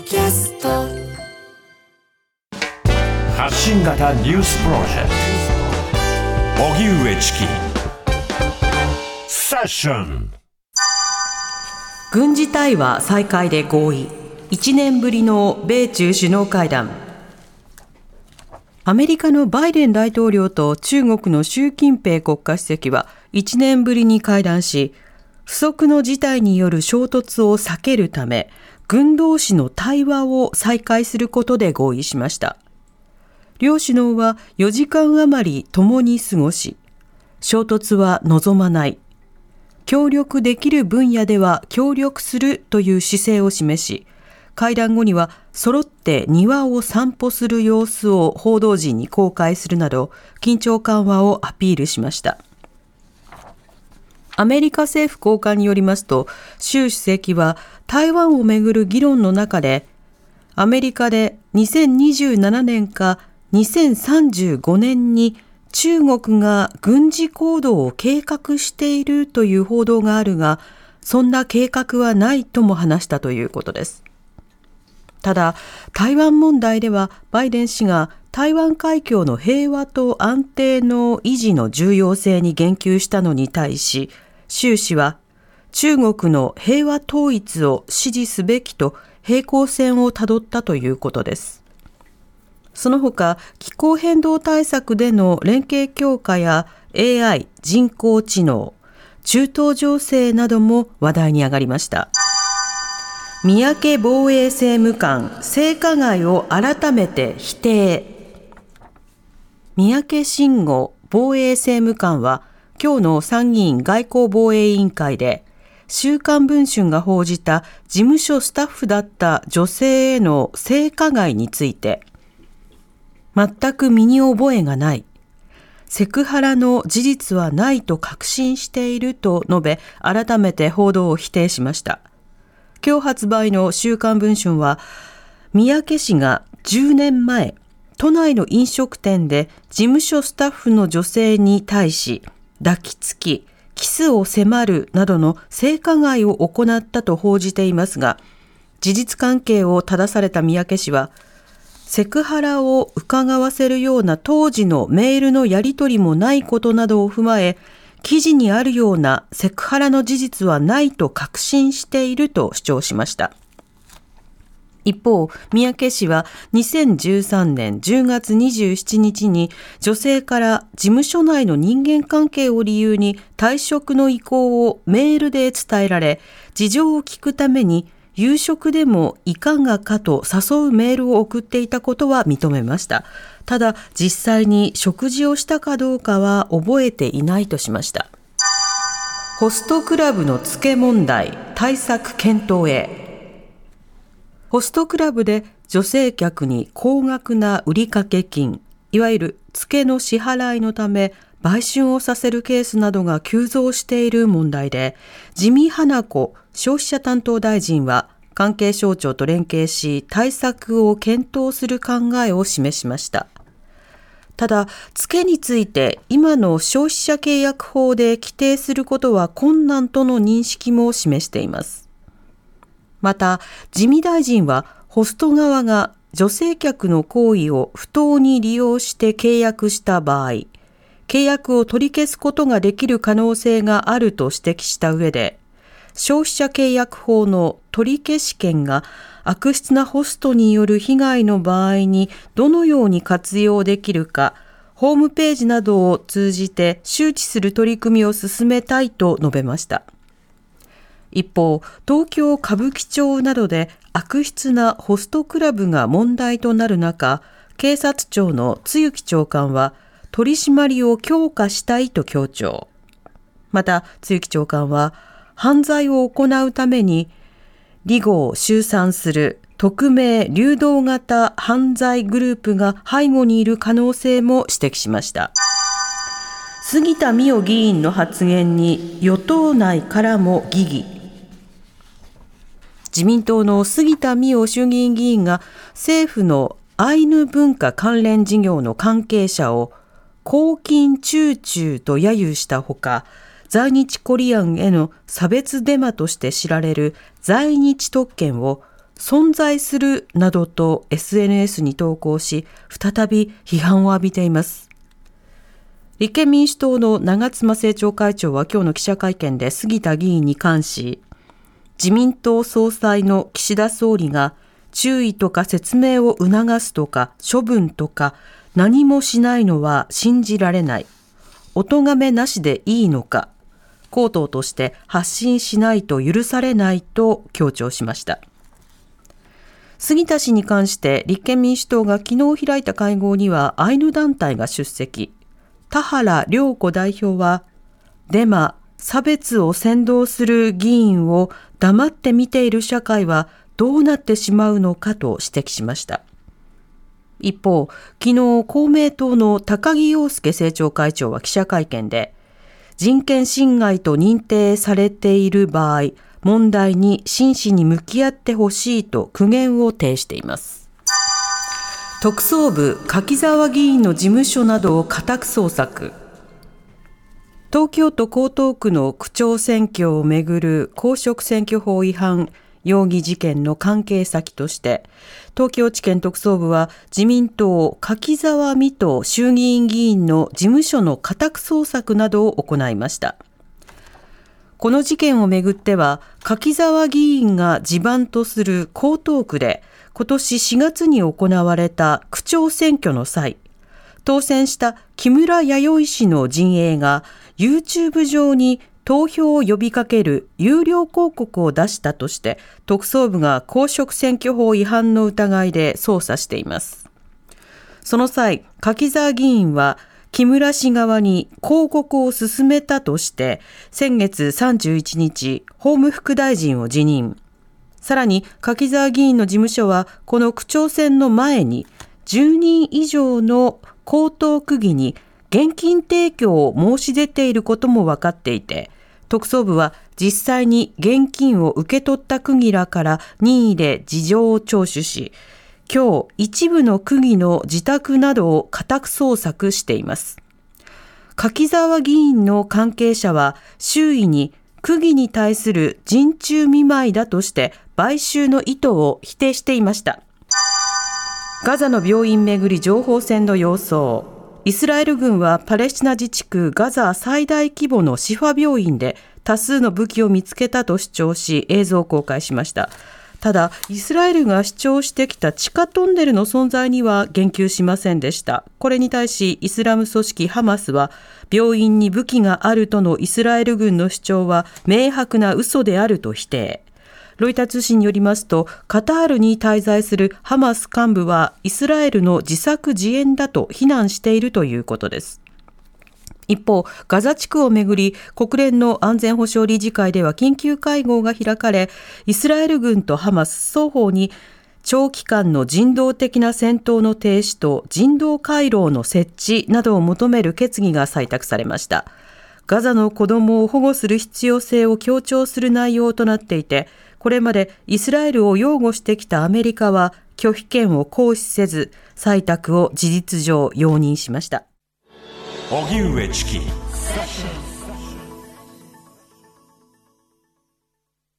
キャスト発信型ニュースプロジェクト荻上チキセッション。 軍事対話再開で合意。1年ぶりの米中首脳会談。アメリカのバイデン大統領と中国の習近平国家主席は1年ぶりに会談し、不測の事態による衝突を避けるため、軍同士の対話を再開することで合意しました。両首脳は4時間余り共に過ごし、衝突は望まない、協力できる分野では協力するという姿勢を示し、会談後には揃って庭を散歩する様子を報道陣に公開するなど、緊張緩和をアピールしました。アメリカ政府高官によりますと、習主席は台湾をめぐる議論の中で、アメリカで2027年か2035年に中国が軍事行動を計画しているという報道があるが、そんな計画はないとも話したということです。ただ、台湾問題ではバイデン氏が台湾海峡の平和と安定の維持の重要性に言及したのに対し、習氏は中国の平和統一を支持すべきと平行線をたどったということです。その他、気候変動対策での連携強化や AI、人工知能、中東情勢なども話題に上がりました。三宅防衛政務官、性加害を改めて否定。三宅伸吾防衛政務官は、今日の参議院外交防衛委員会で、週刊文春が報じた事務所スタッフだった女性への性加害について、全く身に覚えがない、セクハラの事実はないと確信していると述べ、改めて報道を否定しました。今日発売の週刊文春は、三宅氏が10年前、都内の飲食店で事務所スタッフの女性に対し、抱きつき、キスを迫るなどの性加害を行ったと報じていますが、事実関係を正された三宅氏は、セクハラを伺わせるような当時のメールのやり取りもないことなどを踏まえ、記事にあるようなセクハラの事実はないと確信していると主張しました。一方、三宅氏は2013年10月27日に女性から事務所内の人間関係を理由に退職の意向をメールで伝えられ、事情を聞くために夕食でもいかがかと誘うメールを送っていたことは認めました。ただ、実際に食事をしたかどうかは覚えていないとしました。ホストクラブのツケ問題、対策検討へ。ホストクラブで女性客に高額な売掛金、いわゆるツケの支払いのため売春をさせるケースなどが急増している問題で、自見英子消費者担当大臣は関係省庁と連携し対策を検討する考えを示しました。ただ、ツケについて今の消費者契約法で規定することは困難との認識も示しています。また、自見大臣はホスト側が女性客の行為を不当に利用して契約した場合、契約を取り消すことができる可能性があると指摘した上で、消費者契約法の取り消し権が悪質なホストによる被害の場合にどのように活用できるか、ホームページなどを通じて周知する取り組みを進めたいと述べました。一方、東京歌舞伎町などで悪質なホストクラブが問題となる中、警察庁の露木長官は取り締まりを強化したいと強調。また、露木長官は犯罪を行うために離合集散する匿名流動型犯罪グループが背後にいる可能性も指摘しました。杉田水脈議員の発言に与党内からも疑義。自民党の杉田水脈衆議院議員が政府のアイヌ文化関連事業の関係者を公金中々と揶揄したほか、在日コリアンへの差別デマとして知られる在日特権を存在するなどと SNS に投稿し、再び批判を浴びています。立憲民主党の長妻政調会長は今日の記者会見で杉田議員に関し、自民党総裁の岸田総理が注意とか説明を促すとか処分とか何もしないのは信じられない。お咎めなしでいいのか。公党として発信しないと許されないと強調しました。杉田氏に関して立憲民主党が昨日開いた会合にはアイヌ団体が出席。田原良子代表は、デマ、差別を扇動する議員を黙って見ている社会はどうなってしまうのかと指摘しました。一方、昨日公明党の高木陽介政調会長は記者会見で、人権侵害と認定されている場合、問題に真摯に向き合ってほしいと苦言を呈しています。特捜部柿沢議員の事務所などを家宅捜索。東京都江東区の区長選挙をめぐる公職選挙法違反容疑事件の関係先として、東京地検特捜部は自民党柿沢未途衆議院議員の事務所の家宅捜索などを行いました。この事件をめぐっては、柿沢議員が地盤とする江東区で今年4月に行われた区長選挙の際、当選した木村弥生氏の陣営が YouTube 上に投票を呼びかける有料広告を出したとして、特捜部が公職選挙法違反の疑いで捜査しています。その際、柿沢議員は木村氏側に広告を進めたとして、先月31日、法務副大臣を辞任。さらに柿沢議員の事務所はこの区長選の前に10人以上の江東区議に現金提供を申し出ていることも分かっていて、特捜部は実際に現金を受け取った区議らから任意で事情を聴取し、今日一部の区議の自宅などを家宅捜索しています。柿沢議員の関係者は周囲に区議に対する人中見舞いだとして買収の意図を否定していました。ガザの病院めぐり情報戦の様相。イスラエル軍はパレスチナ自治区ガザ最大規模のシファ病院で多数の武器を見つけたと主張し、映像を公開しました。ただ、イスラエルが主張してきた地下トンネルの存在には言及しませんでした。これに対しイスラム組織ハマスは、病院に武器があるとのイスラエル軍の主張は明白な嘘であると否定。ロイター通信によりますと、カタールに滞在するハマス幹部はイスラエルの自作自演だと非難しているということです。一方、ガザ地区をめぐり国連の安全保障理事会では緊急会合が開かれ、イスラエル軍とハマス双方に長期間の人道的な戦闘の停止と人道回廊の設置などを求める決議が採択されました。ガザの子どもを保護する必要性を強調する内容となっていて、これまでイスラエルを擁護してきたアメリカは拒否権を行使せず、採択を事実上容認しました。 荻上チキ